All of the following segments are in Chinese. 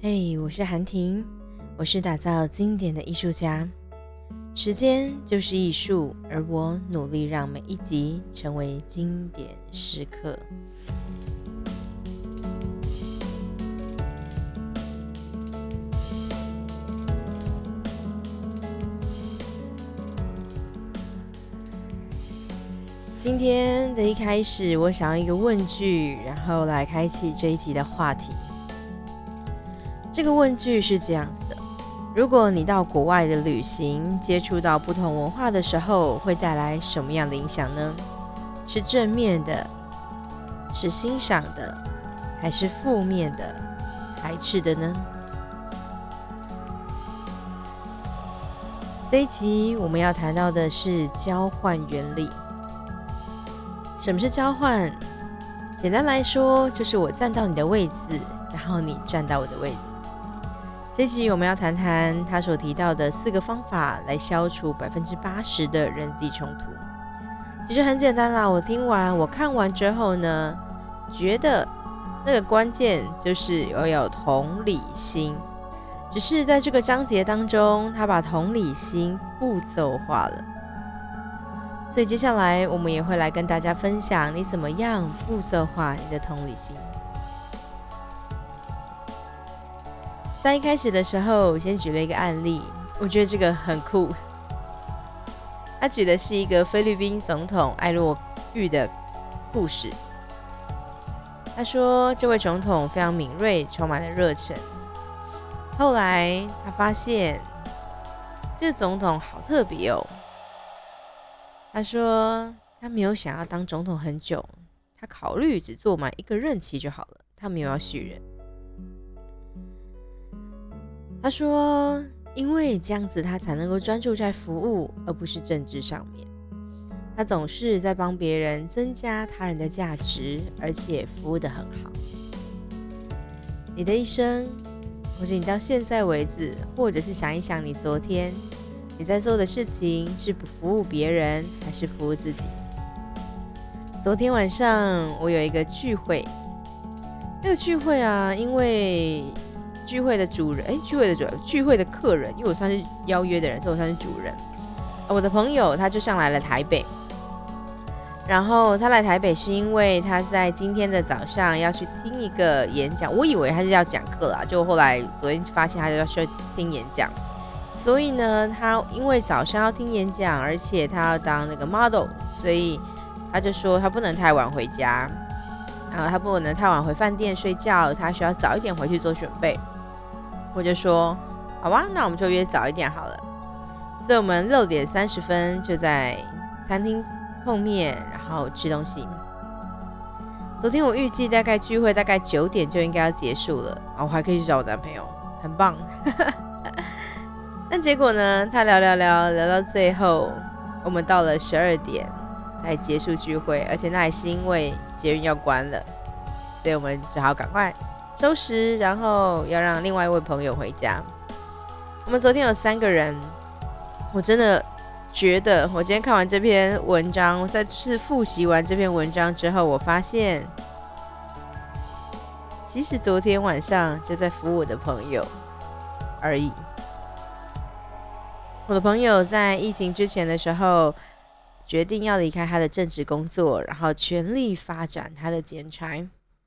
嘿，我是韩婷，我是打造经典的艺术家。时间就是艺术，而我努力让每一集成为经典时刻。今天的一开始，我想要一个问句，然后来开启这一集的话题。这个问句是这样子的：如果你到国外的旅行，接触到不同文化的时候，会带来什么样的影响呢？是正面的，是欣赏的，还是负面的，排斥的呢？这一集我们要谈到的是交换原理。什么是交换？简单来说，就是我站到你的位置，然后你站到我的位置。这集我们要谈谈他所提到的4个方法来消除80%的人际冲突。其实很简单啦，我看完之后呢，觉得那个关键就是要有同理心。只是在这个章节当中，他把同理心步骤化了。所以接下来我们也会来跟大家分享你怎么样步骤化你的同理心。在一开始的时候，先举了一个案例，我觉得这个很酷。他举的是一个菲律宾总统艾洛玉的故事。他说这位总统非常敏锐，充满了热忱。后来他发现这个总统好特别哦。他说他没有想要当总统很久，他考虑只做满1个任期就好了，他没有要续任。他说因为这样子他才能够专注在服务而不是政治上面。他总是在帮别人增加他人的价值，而且服务得很好。你的一生，或者你到现在为止，或者是想一想你昨天你在做的事情，是不服务别人还是服务自己？昨天晚上我有一个聚会，那个聚会啊，因为聚会的客人，因为我算是邀约的人，所以我算是主人。我的朋友他就上来了台北，然后他来台北是因为他在今天的早上要去听一个演讲，我以为他是要讲课啦，就后来昨天发现他就要去听演讲，所以呢，他因为早上要听演讲，而且他要当那个 model， 所以他就说他不能太晚回家，然后他不能太晚回饭店睡觉，他需要早一点回去做准备。我就说好吧，那我们就约早一点好了。所以我们6点30分就在餐厅碰面，然后吃东西。昨天我预计大概聚会大概9点就应该要结束了，我还可以去找我男朋友，很棒。但结果呢，他聊到最后，我们到了12点才结束聚会，而且那也是因为捷运要关了，所以我们只好赶快收拾，然后要让另外一位朋友回家。我们昨天有3个人，我真的觉得，我今天看完这篇文章，我再次复习完这篇文章之后，我发现，其实昨天晚上就在服务我的朋友而已。我的朋友在疫情之前的时候，决定要离开他的正职工作，然后全力发展他的兼差。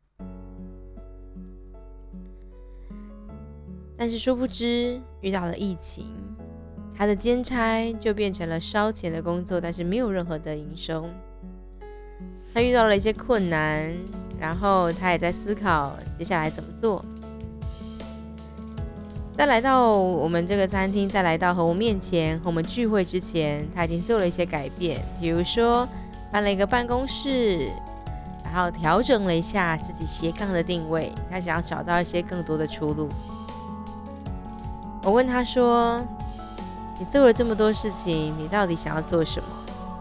但是殊不知遇到了疫情，他的兼差就变成了烧钱的工作，但是没有任何的营收。他遇到了一些困难，然后他也在思考接下来怎么做。在来到我们这个餐厅，在来到和我面前和我们聚会之前，他已经做了一些改变，比如说搬了一个办公室，然后调整了一下自己斜杠的定位，他想要找到一些更多的出路。我问他说，你做了这么多事情，你到底想要做什么？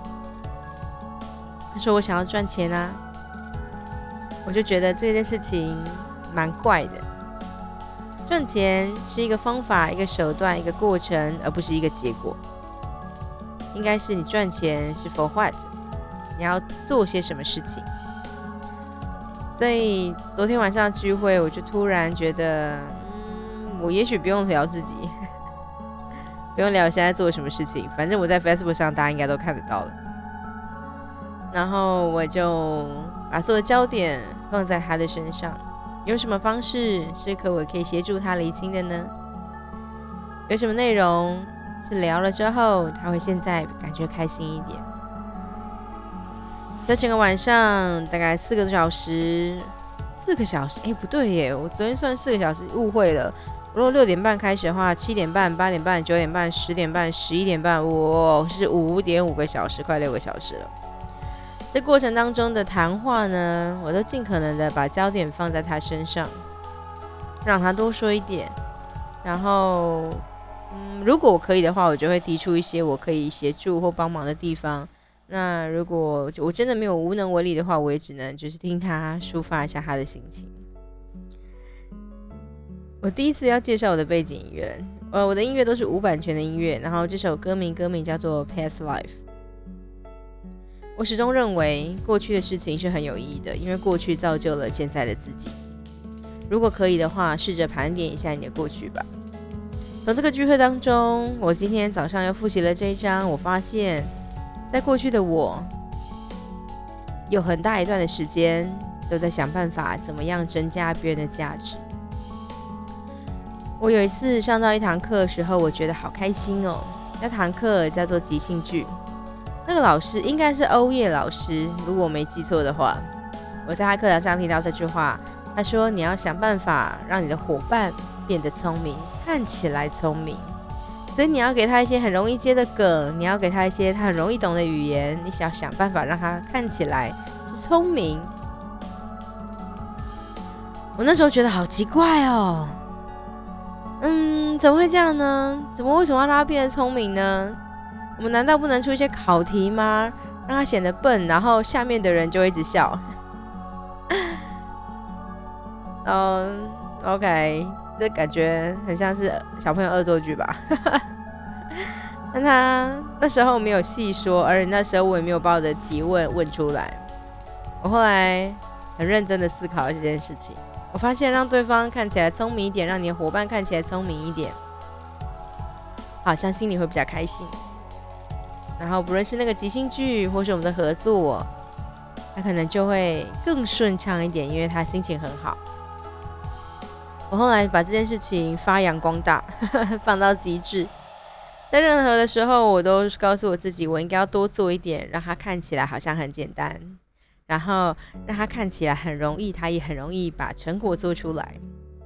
他说我想要赚钱啊。我就觉得这件事情蛮怪的。赚钱是一个方法，一个手段，一个过程，而不是一个结果。应该是你赚钱是 for what， 你要做些什么事情。所以昨天晚上聚会，我就突然觉得， 我也许不用聊自己，不用聊我现在做什么事情，反正我在 Facebook 上大家应该都看得到了。然后我就把所有焦点放在他的身上，有什么方式是我可以协助他厘清的呢？有什么内容是聊了之后他会现在感觉开心一点？在整个晚上大概4个小时，4个小时，不对耶，我昨天算4个小时，误会了。如果6点半开始的话，7点半、8点半、9点半、10点半、11点半，我是5.5个小时，快6个小时了。这过程当中的谈话呢，我都尽可能的把焦点放在他身上，让他多说一点。然后，如果我可以的话，我就会提出一些我可以协助或帮忙的地方。那如果我真的没有无能为力的话，我也只能就是听他抒发一下他的心情。我第一次要介绍我的背景音乐，我的音乐都是无版权的音乐，然后这首歌名叫做 Past Life。我始终认为过去的事情是很有意义的，因为过去造就了现在的自己。如果可以的话，试着盘点一下你的过去吧。从这个聚会当中，我今天早上又复习了这一章，我发现在过去的我有很大一段的时间都在想办法怎么样增加别人的价值。我有一次上到一堂课的时候，我觉得好开心哦。那堂课叫做即兴剧，那个老师应该是欧叶老师，如果我没记错的话。我在他课堂上听到这句话，他说你要想办法让你的伙伴变得聪明，看起来聪明。所以你要给他一些很容易接的梗，你要给他一些他很容易懂的语言，你想想办法让他看起来是聪明。我那时候觉得好奇怪哦，怎么会这样呢？为什么要让他变得聪明呢？我们难道不能出一些考题吗？让他显得笨，然后下面的人就会一直笑。OK， 这感觉很像是小朋友恶作剧吧。但他那时候没有细说，而那时候我也没有把我的提问出来。我后来很认真的思考这件事情，我发现让对方看起来聪明一点，让你的伙伴看起来聪明一点，好像心里会比较开心。然后不论是那个即兴剧或是我们的合作，他可能就会更顺畅一点，因为他心情很好。我后来把这件事情发扬光大，放到极致。在任何的时候，我都告诉我自己，我应该要多做一点，让它看起来好像很简单，然后让它看起来很容易，它也很容易把成果做出来。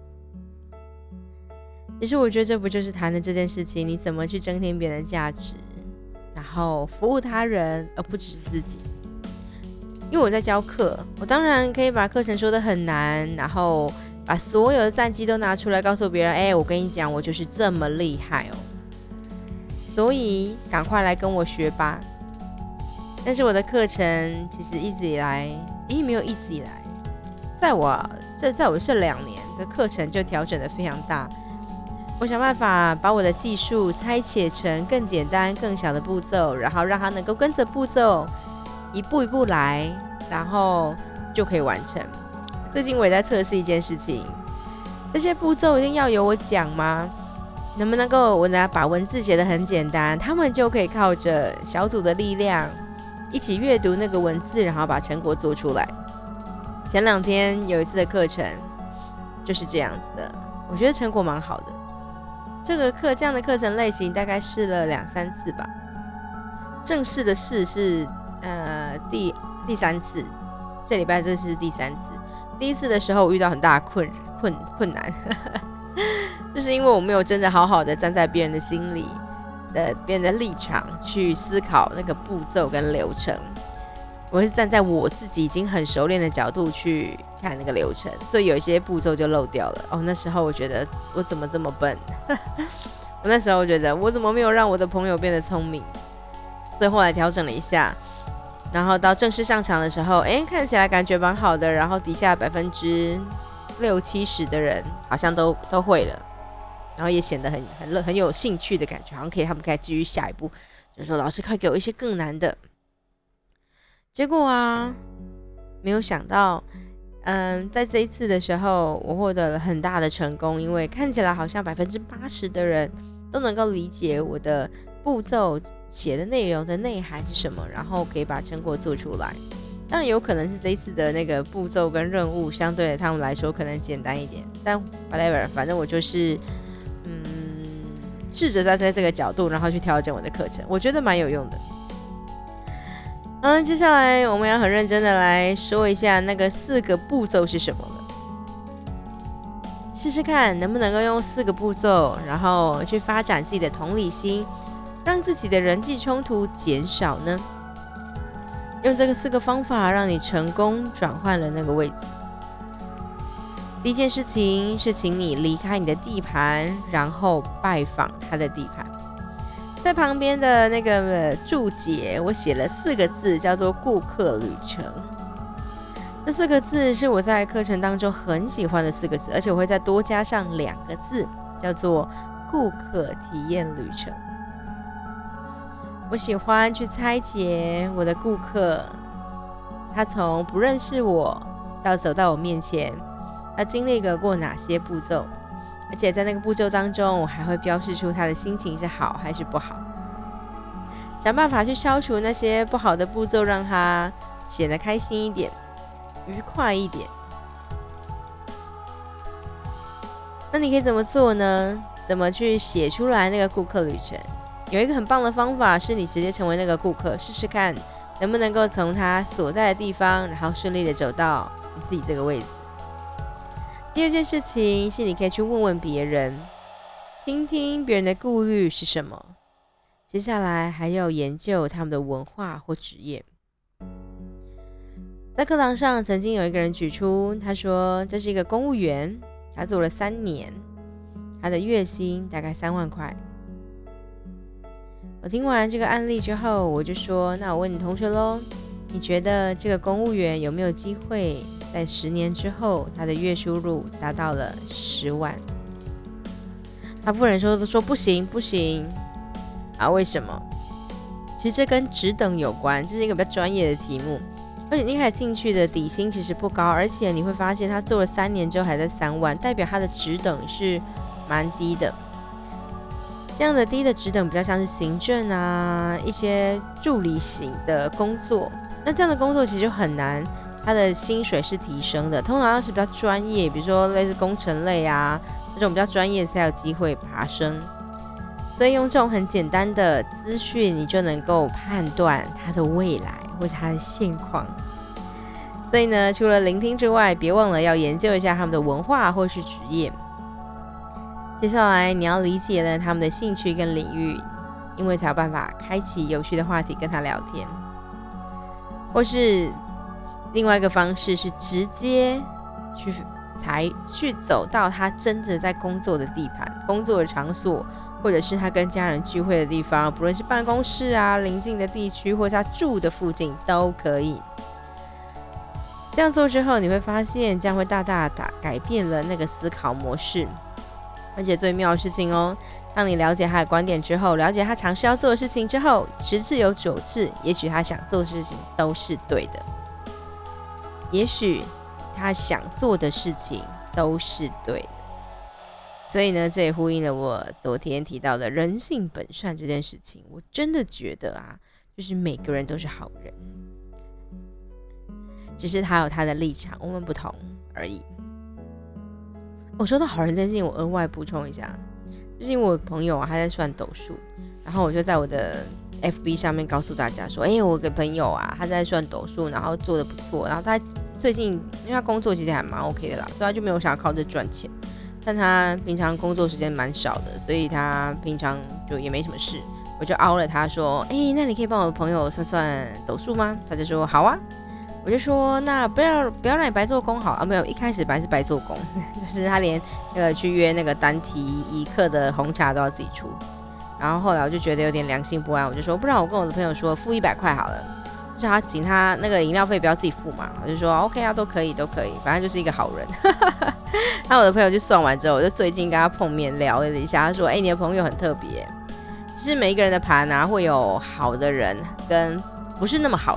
其实我觉得这不就是谈的这件事情，你怎么去增添别人的价值，然后服务他人，而不只是自己。因为我在教课，我当然可以把课程说得很难，然后把所有的战绩都拿出来告诉别人，我跟你讲，我就是这么厉害哦。所以赶快来跟我学吧。但是我的课程其实一直以来，没有一直以来，在我这2年的课程就调整得非常大。我想办法把我的技术拆解成更简单、更小的步骤，然后让它能够跟着步骤一步一步来，然后就可以完成。最近我也在测试一件事情，这些步骤一定要由我讲吗？能不能够我把文字写得很简单，他们就可以靠着小组的力量一起阅读那个文字，然后把成果做出来。前2天有一次的课程就是这样子的，我觉得成果蛮好的。这样的课程类型大概试了2-3次吧，正式的试是第3次，这礼拜这是第3次。第1次的时候我遇到很大的困难就是因为我没有真的好好的站在别人的心里别人的立场去思考那个步骤跟流程，我是站在我自己已经很熟练的角度去看那个流程，所以有一些步骤就漏掉了。那时候我觉得我怎么这么笨我那时候觉得我怎么没有让我的朋友变得聪明，所以后来调整了一下，然后到正式上场的时候，看起来感觉蛮好的，然后底下60-70%的人好像都会了，然后也显得很有兴趣的感觉，好像他们可以继续下一步，就说老师快给我一些更难的。结果没有想到在这一次的时候，我获得了很大的成功，因为看起来好像80%的人都能够理解我的步骤写的内容的内涵是什么，然后可以把成果做出来。当然有可能是这一次的那个步骤跟任务相对他们来说可能简单一点，但 whatever， 反正我就是试着在这个角度，然后去调整我的课程，我觉得蛮有用的。接下来我们要很认真的来说一下那个4个步骤是什么了。试试看能不能够用4个步骤，然后去发展自己的同理心，让自己的人际冲突减少呢？用这个4个方法，让你成功转换了那个位置。第一件事情是请你离开你的地盘，然后拜访他的地盘。在旁边的那个注解，我写了4个字，叫做顾客旅程。这4个字是我在课程当中很喜欢的4个字，而且我会再多加上2个字，叫做顾客体验旅程。我喜欢去拆解我的顾客，他从不认识我到走到我面前，他经历过哪些步骤，而且在那个步骤当中，我还会标示出他的心情是好还是不好，想办法去消除那些不好的步骤，让他显得开心一点，愉快一点。那你可以怎么做呢？怎么去写出来那个顾客旅程？有一个很棒的方法是你直接成为那个顾客，试试看能不能够从他所在的地方，然后顺利的走到你自己这个位置。第二件事情是你可以去问问别人，听听别人的顾虑是什么。接下来还要研究他们的文化或职业。在课堂上曾经有一个人举出，他说这是一个公务员，他做了3年，他的月薪大概3万块。我听完这个案例之后，我就说，那我问你同学咯，你觉得这个公务员有没有机会在10年之后，他的月收入达到了10万？大部分人都说不行不行啊，为什么？其实这跟职等有关，这是一个比较专业的题目，而且一开始进去的底薪其实不高，而且你会发现他做了3年之后还在3万，代表他的职等是蛮低的。这样的低的职等比较像是行政啊，一些助理型的工作，那这样的工作其实就很难，他的薪水是提升的，通常要是比较专业，比如说类似工程类啊，这种比较专业才有机会爬升。所以用这种很简单的资讯，你就能够判断他的未来或是他的现况。所以呢，除了聆听之外，别忘了要研究一下他们的文化或是职业。接下来你要理解了他们的兴趣跟领域，因为才有办法开启有趣的话题跟他聊天。或是另外一个方式是直接去走到他真正在工作的地盘、工作的场所，或者是他跟家人聚会的地方，不论是办公室啊、邻近的地区，或是他住的附近都可以。这样做之后，你会发现这样会大大改变了那个思考模式。而且最妙的事情哦，当你了解他的观点之后，了解他尝试要做的事情之后，十次有9次，也许他想做的事情都是对的，也许他想做的事情都是对的。所以呢，这也呼应了我昨天提到的人性本善这件事情。我真的觉得啊，就是每个人都是好人，只是他有他的立场，我们不同而已。我说到好人这件事情，我额外补充一下，就是因为我朋友啊，他在算斗数，然后我就在我的 FB 上面告诉大家说，我有个朋友啊，他在算斗数，然后做得不错，然后他最近因为他工作其实还蛮 OK 的啦，所以他就没有想要靠这赚钱，但他平常工作时间蛮少的，所以他平常就也没什么事。我就凹了他说，那你可以帮我的朋友算算斗数吗？他就说好啊。我就说那不要让你白做工好啊，没有，一开始本来是白做工，就是他连那个去约那个单提1克的红茶都要自己出。然后后来我就觉得有点良心不安，我就说不然我跟我的朋友说付100块好了，就想他请他那个饮料费不要自己付嘛，我就说 OK 啊，都可以，反正就是一个好人。然后我的朋友就算完之后，我就最近跟他碰面聊了一下，他说你的朋友很特别，其实每一个人的盘啊会有好的人跟不是那么好的人，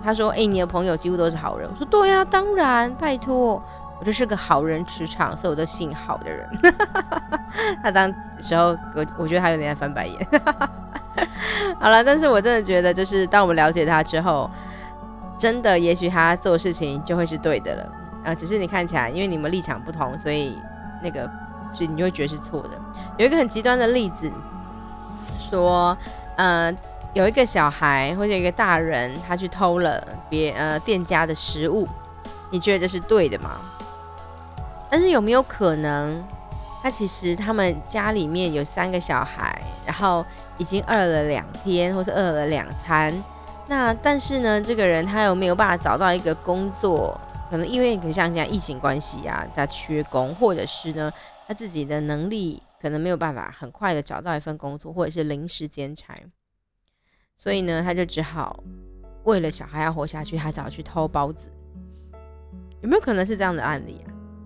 他说你的朋友几乎都是好人。我说对啊，当然，拜托，我就是个好人磁场，所以我都信好的人。他当时候我觉得他有点在翻白眼。好了，但是我真的觉得就是当我们了解他之后，真的也许他做事情就会是对的了。只是你看起来因为你们立场不同，所以所以你就会觉得是错的。有一个很极端的例子说有一个小孩或者一个大人他去偷了店家的食物，你觉得这是对的吗？但是有没有可能其实他们家里面有3个小孩，然后已经饿了2天或是饿了2餐，但是呢这个人他有没有办法找到一个工作，可能因为像现在疫情关系啊，他缺工，或者是呢他自己的能力可能没有办法很快的找到一份工作，或者是临时兼差，所以呢他就只好为了小孩要活下去，他只好去偷包子。有没有可能是这样的案例啊？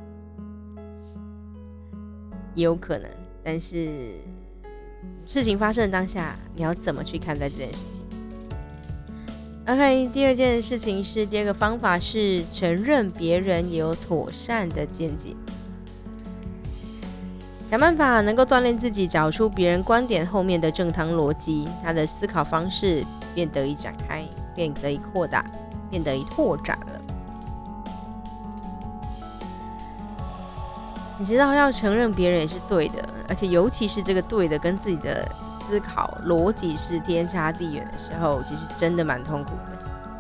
也有可能，但是事情发生的当下你要怎么去看待这件事情？ OK， 第二个方法是承认别人也有妥善的见解，想办法能够锻炼自己找出别人观点后面的正当逻辑，他的思考方式便得以展开，便得以扩大，便得以拓展了。你知道要承认别人也是对的，而且尤其是这个对的跟自己的思考逻辑是天差地远的时候，其实真的蛮痛苦的。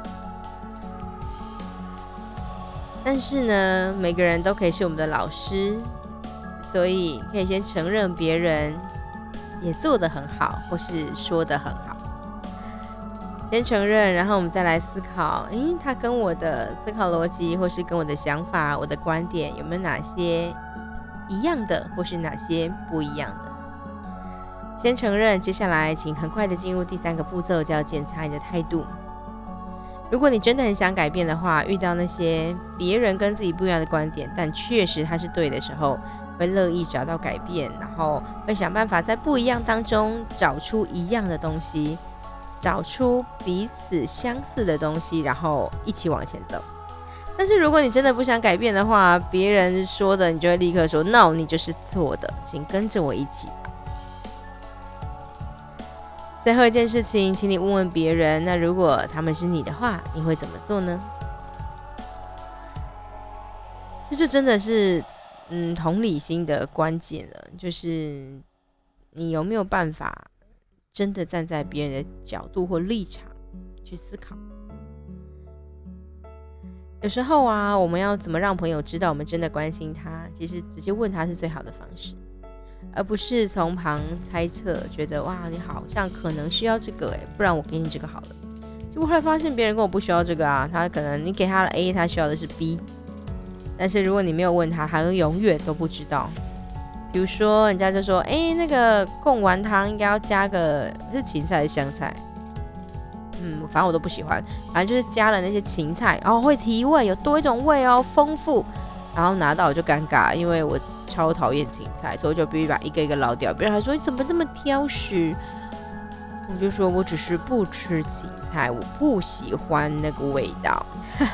但是呢，每个人都可以是我们的老师，所以可以先承认别人也做得很好，或是说得很好。先承认，然后我们再来思考，他跟我的思考逻辑，或是跟我的想法、我的观点有没有哪些一样的，或是哪些不一样的。先承认，接下来请很快的进入第3个步骤，叫检查你的态度。如果你真的很想改变的话，遇到那些别人跟自己不一样的观点，但确实他是对的时候，会乐意找到改变，然后会想办法在不一样当中找出一样的东西，找出彼此相似的东西，然后一起往前走。但是如果你真的不想改变的话，别人说的你就会立刻说 No， 你就是错的，请跟着我一起吧。最后一件事情，请你问问别人，那如果他们是你的话，你会怎么做呢？这就真的是同理心的关键了，就是你有没有办法真的站在别人的角度或立场去思考。有时候啊，我们要怎么让朋友知道我们真的关心他，其实直接问他是最好的方式，而不是从旁猜测，觉得哇你好像可能需要这个不然我给你这个好了。结果后来发现别人根本不需要这个啊，他可能你给他了 A， 他需要的是 B， 但是如果你没有问他，他永远都不知道。比如说人家就说那个贡丸汤应该要加个是芹菜还是香菜，反正我都不喜欢，反正就是加了那些芹菜，然后会提味，有多一种味哦，丰富。然后拿到我就尴尬，因为我超讨厌芹菜，所以我就必须把一个一个捞掉。别人还说你怎么这么挑食，我就说我只是不吃芹菜，我不喜欢那个味道。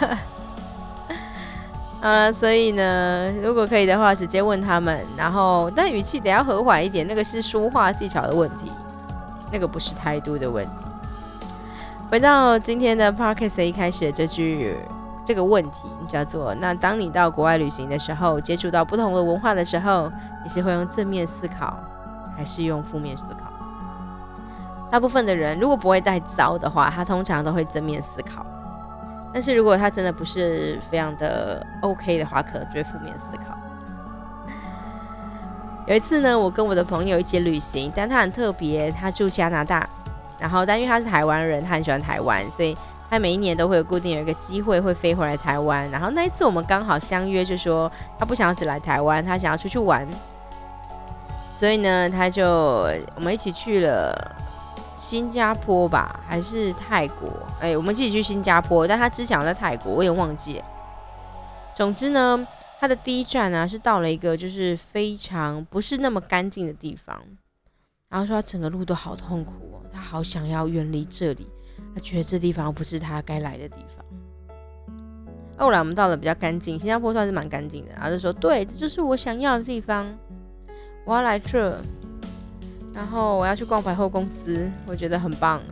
所以呢，如果可以的话，直接问他们，然后但语气得要和缓一点，那个是说话技巧的问题，那个不是态度的问题。回到今天的 Podcast 一开始的这个问题叫做，那当你到国外旅行的时候，接触到不同的文化的时候，你是会用正面思考还是用负面思考？大部分的人如果不会太糟的话，他通常都会正面思考，但是如果他真的不是非常的 OK 的话，可能就会负面思考。有一次呢，我跟我的朋友一起旅行，但他很特别，他住加拿大，然后但因为他是台湾人，他很喜欢台湾，所以他每一年都会有固定有一个机会会飞回来台湾。然后那一次我们刚好相约，就说他不想要只来台湾，他想要出去玩，所以呢我们一起去了新加坡吧，还是泰国？我们一起去新加坡，但他之前在泰国，我有点忘记了。总之呢，他的第一站啊是到了一个就是非常不是那么干净的地方，然后说他整个路都好痛苦哦，他好想要远离这里， 他觉得这地方不是他该来的地方。后来我们到了比较干净，新加坡算是蛮干净的，然后就说对，这就是我想要的地方，我要来这，然后我要去逛百货公司，我觉得很棒。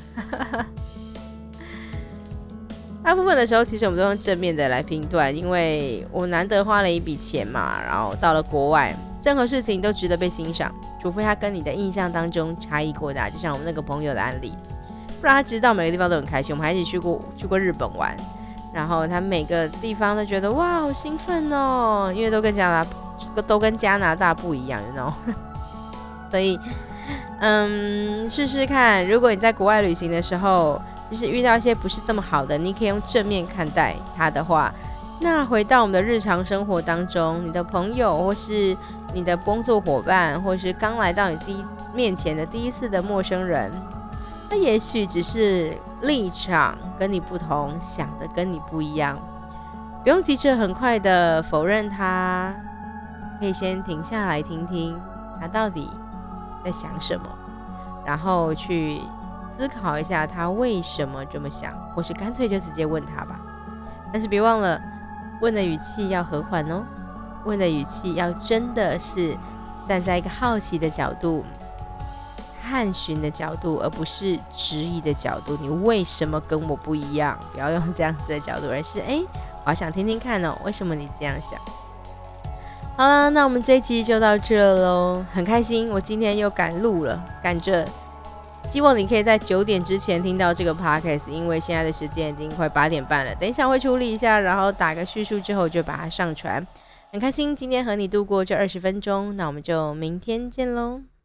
大部分的时候其实我们都用正面的来评断，因为我难得花了一笔钱嘛，然后到了国外，任何事情都值得被欣赏，除非它跟你的印象当中差异过大，就像我们那个朋友的案例，不然他其实到每个地方都很开心。我们还一起去过日本玩，然后他每个地方都觉得哇好兴奋哦，因为都跟加拿大不一样，you know 所以试试看，如果你在国外旅行的时候就是遇到一些不是这么好的，你可以用正面看待它的话，那回到我们的日常生活当中，你的朋友或是你的工作伙伴，或是刚来到你面前的第一次的陌生人，那也许只是立场跟你不同，想的跟你不一样，不用急着很快的否认他，可以先停下来听听他到底在想什么，然后去思考一下他为什么这么想，或是干脆就直接问他吧。但是别忘了，问的语气要和缓哦，问的语气要真的是站在一个好奇的角度、探寻的角度，而不是质疑的角度。你为什么跟我不一样？不要用这样子的角度，而是我好想听听看哦，为什么你这样想？好啦，那我们这一集就到这咯，很开心我今天又赶路了，赶着。希望你可以在9点之前听到这个 podcast， 因为现在的时间已经快8点半了。等一下会处理一下，然后打个叙述之后就把它上传。很开心今天和你度过这20分钟，那我们就明天见咯。